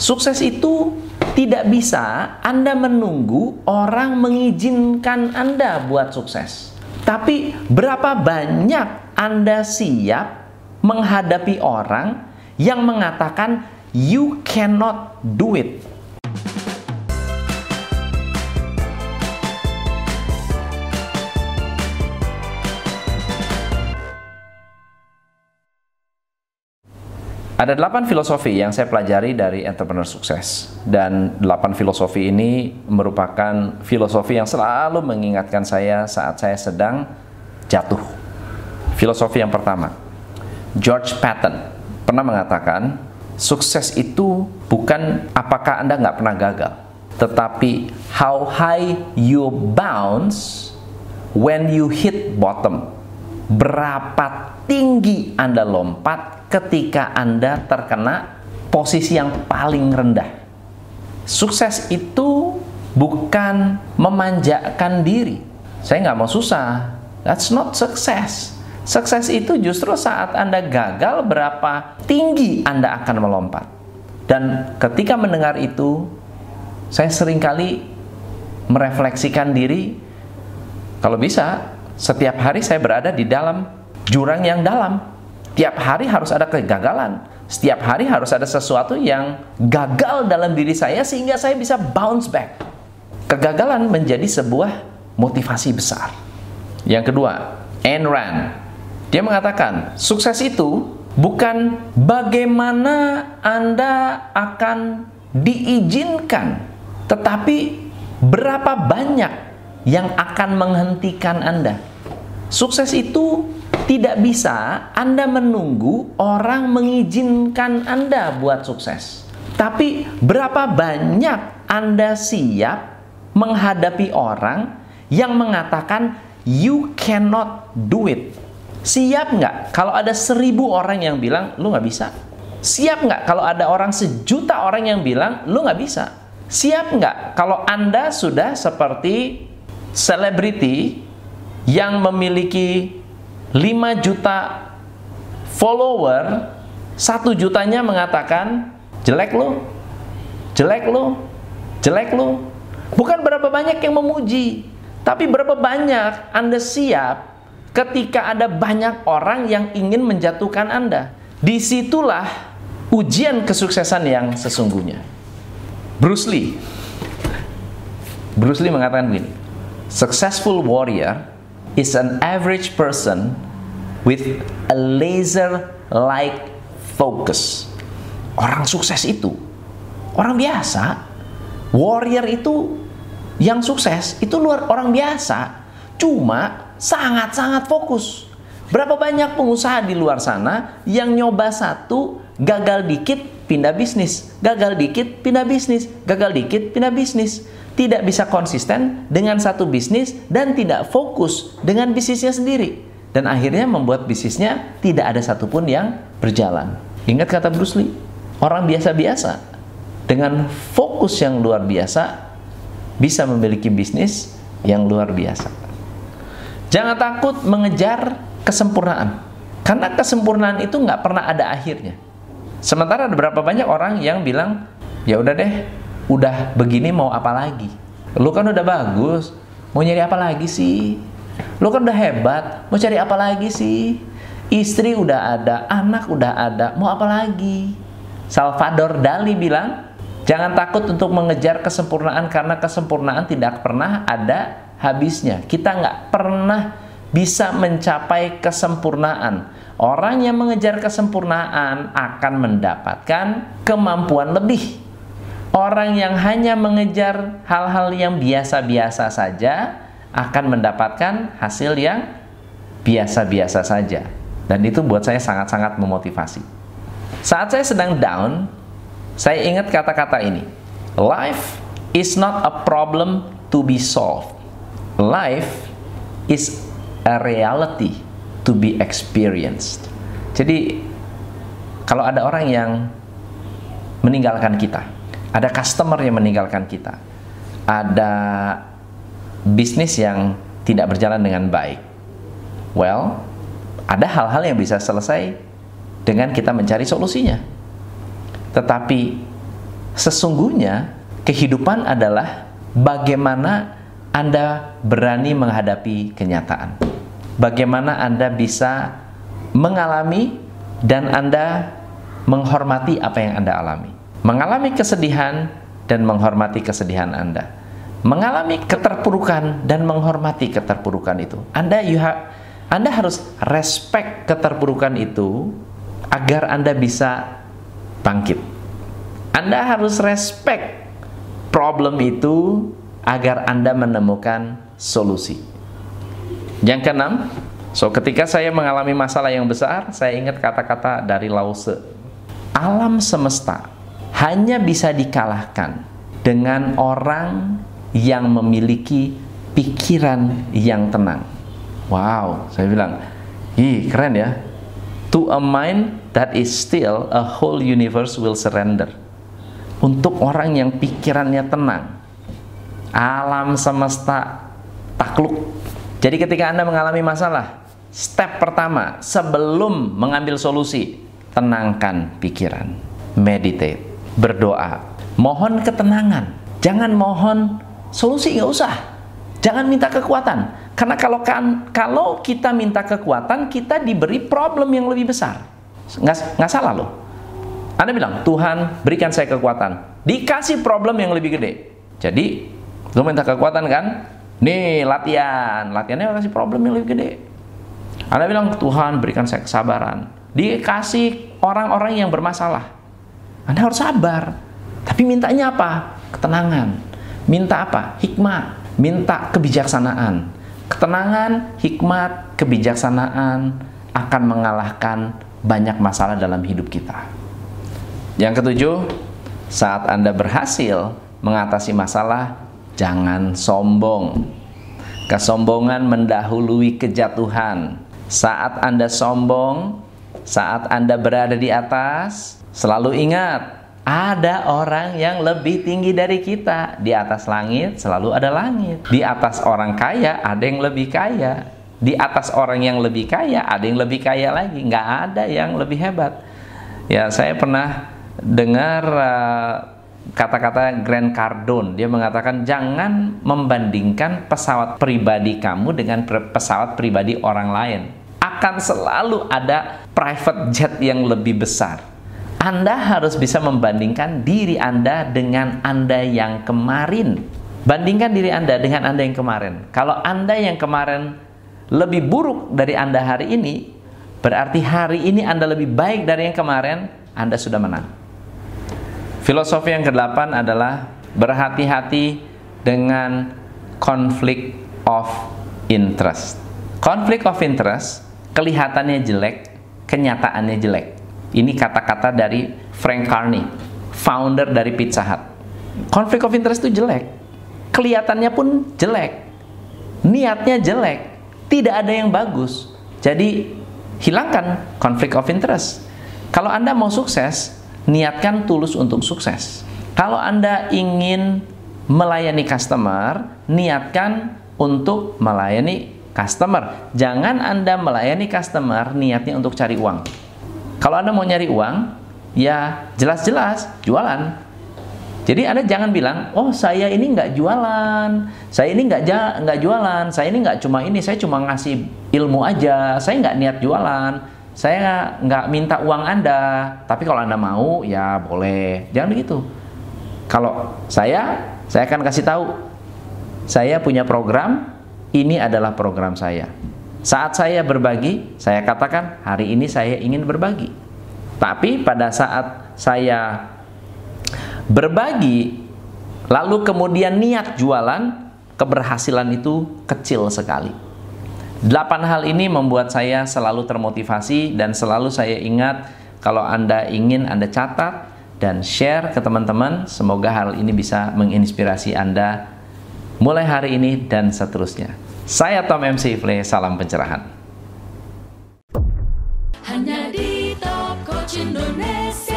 Sukses itu tidak bisa Anda menunggu orang mengizinkan Anda buat sukses. Tapi berapa banyak Anda siap menghadapi orang yang mengatakan you cannot do it? Ada 8 filosofi yang saya pelajari dari entrepreneur sukses. Dan 8 filosofi ini merupakan filosofi yang selalu mengingatkan saya saat saya sedang jatuh. Filosofi yang pertama, George Patton pernah mengatakan, sukses itu bukan apakah Anda nggak pernah gagal, tetapi how high you bounce when you hit bottom. Berapa tinggi Anda lompat ketika Anda terkena posisi yang paling rendah. Sukses itu bukan memanjakan diri. Saya nggak mau susah. That's not success. Sukses itu justru saat Anda gagal, berapa tinggi Anda akan melompat. Dan ketika mendengar itu, saya seringkali merefleksikan diri, kalau bisa, setiap hari saya berada di dalam jurang yang dalam. Tiap hari harus ada kegagalan. Setiap hari harus ada sesuatu yang gagal dalam diri saya sehingga saya bisa bounce back. Kegagalan menjadi sebuah motivasi besar. Yang kedua, Ayn Rand. Dia mengatakan, sukses itu bukan bagaimana Anda akan diizinkan, tetapi berapa banyak yang akan menghentikan Anda. Sukses itu tidak bisa Anda menunggu orang mengizinkan Anda buat sukses. Tapi berapa banyak Anda siap menghadapi orang yang mengatakan you cannot do it? Siap nggak kalau ada 1000 orang yang bilang lu nggak bisa? Siap nggak kalau ada orang 1.000.000 orang yang bilang lu nggak bisa? Siap nggak kalau Anda sudah seperti selebriti yang memiliki 5 juta follower, 1 jutanya mengatakan jelek lu, jelek lu, jelek lu. Bukan berapa banyak yang memuji, tapi berapa banyak Anda siap ketika ada banyak orang yang ingin menjatuhkan Anda. Disitulah ujian kesuksesan yang sesungguhnya. Bruce Lee mengatakan begini, successful warrior is an average person with a laser-like focus. Orang sukses itu orang biasa. Warrior itu yang sukses itu luar orang biasa, cuma sangat-sangat fokus. Berapa banyak pengusaha di luar sana yang nyoba satu, gagal dikit pindah bisnis, gagal dikit pindah bisnis, gagal dikit pindah bisnis. Tidak bisa konsisten dengan satu bisnis dan tidak fokus dengan bisnisnya sendiri. Dan akhirnya membuat bisnisnya tidak ada satupun yang berjalan. Ingat kata Bruce Lee, orang biasa-biasa dengan fokus yang luar biasa bisa memiliki bisnis yang luar biasa. Jangan takut mengejar kesempurnaan, karena kesempurnaan itu nggak pernah ada akhirnya. Sementara ada berapa banyak orang yang bilang, ya udah deh, udah begini mau apa lagi? Lu kan udah bagus, mau nyari apa lagi sih? Lu kan udah hebat, mau cari apa lagi sih? Istri udah ada, anak udah ada, mau apa lagi? Salvador Dali bilang, jangan takut untuk mengejar kesempurnaan karena kesempurnaan tidak pernah ada habisnya. Kita nggak pernah bisa mencapai kesempurnaan. Orang yang mengejar kesempurnaan akan mendapatkan kemampuan lebih. Orang yang hanya mengejar hal-hal yang biasa-biasa saja akan mendapatkan hasil yang biasa-biasa saja. Dan itu buat saya sangat-sangat memotivasi. Saat saya sedang down, saya ingat kata-kata ini. Life is not a problem to be solved. Life is a reality to be experienced. Jadi, kalau ada orang yang meninggalkan kita, ada customer yang meninggalkan kita, ada bisnis yang tidak berjalan dengan baik, well, ada hal-hal yang bisa selesai dengan kita mencari solusinya. Tetapi Sesungguhnya kehidupan adalah bagaimana Anda berani menghadapi kenyataan. Bagaimana Anda bisa mengalami dan Anda menghormati apa yang Anda alami. Mengalami kesedihan dan menghormati kesedihan Anda. Mengalami keterpurukan dan menghormati keterpurukan itu. Anda harus respect keterpurukan itu agar Anda bisa bangkit. Anda harus respect problem itu agar Anda menemukan solusi. Yang keenam, ketika saya mengalami masalah yang besar, saya ingat kata-kata dari Lao Tse. Alam semesta hanya bisa dikalahkan dengan orang yang memiliki pikiran yang tenang. Wow, saya bilang, keren ya. To a mind that is still, a whole universe will surrender. Untuk orang yang pikirannya tenang, alam semesta takluk. Jadi ketika Anda mengalami masalah, step pertama sebelum mengambil solusi, tenangkan pikiran, meditate, berdoa, mohon ketenangan. Jangan mohon solusi, nggak usah. Jangan minta kekuatan, karena kalau kita minta kekuatan, kita diberi problem yang lebih besar. Nggak salah loh. Anda bilang, Tuhan berikan saya kekuatan, dikasih problem yang lebih gede. Jadi lu minta kekuatan kan? Nih latihannya kasih problem yang lebih gede. Anda bilang, Tuhan berikan saya kesabaran, dikasih orang-orang yang bermasalah. Anda harus sabar. Tapi mintanya apa? Ketenangan. Minta apa? Hikmat. Minta kebijaksanaan. Ketenangan, hikmat, kebijaksanaan akan mengalahkan banyak masalah dalam hidup kita. Yang ketujuh, saat Anda berhasil mengatasi masalah, jangan sombong. Kesombongan mendahului kejatuhan. Saat Anda sombong, saat Anda berada di atas, selalu ingat, ada orang yang lebih tinggi dari kita. Di atas langit selalu ada langit. Di atas orang kaya ada yang lebih kaya. Di atas orang yang lebih kaya ada yang lebih kaya lagi. Nggak ada yang lebih hebat. Ya, saya pernah dengar kata-kata Grant Cardone. Dia mengatakan, jangan membandingkan pesawat pribadi kamu dengan pesawat pribadi orang lain. Akan selalu ada private jet yang lebih besar. Anda harus bisa membandingkan diri Anda dengan Anda yang kemarin. Bandingkan diri Anda dengan Anda yang kemarin. Kalau Anda yang kemarin lebih buruk dari Anda hari ini, berarti hari ini Anda lebih baik dari yang kemarin, Anda sudah menang. Filosofi yang ke-8 adalah berhati-hati dengan conflict of interest. Conflict of interest kelihatannya jelek, kenyataannya jelek. Ini kata-kata dari Frank Carney, founder dari Pizza Hut. Conflict of interest itu jelek, kelihatannya pun jelek, niatnya jelek, tidak ada yang bagus. Jadi hilangkan conflict of interest. Kalau Anda mau sukses, niatkan tulus untuk sukses. Kalau Anda ingin melayani customer, niatkan untuk melayani customer. Jangan Anda melayani customer niatnya untuk cari uang. Kalau Anda mau nyari uang, ya jelas-jelas jualan. Jadi Anda jangan bilang, oh saya ini nggak jualan, saya ini nggak jualan, saya ini nggak cuma ini, saya cuma ngasih ilmu aja, saya nggak niat jualan, saya nggak minta uang Anda, tapi kalau Anda mau, ya boleh. Jangan begitu. Kalau saya akan kasih tahu, saya punya program, ini adalah program saya. Saat saya berbagi, saya katakan, hari ini saya ingin berbagi. Tapi pada saat saya berbagi, lalu kemudian niat jualan, keberhasilan itu kecil sekali. 8 hal ini membuat saya selalu termotivasi dan selalu saya ingat, kalau Anda ingin, Anda catat dan share ke teman-teman. Semoga hal ini bisa menginspirasi Anda mulai hari ini dan seterusnya. Saya Tom MC Ifle, salam pencerahan. Hanya di Top Coach Indonesia.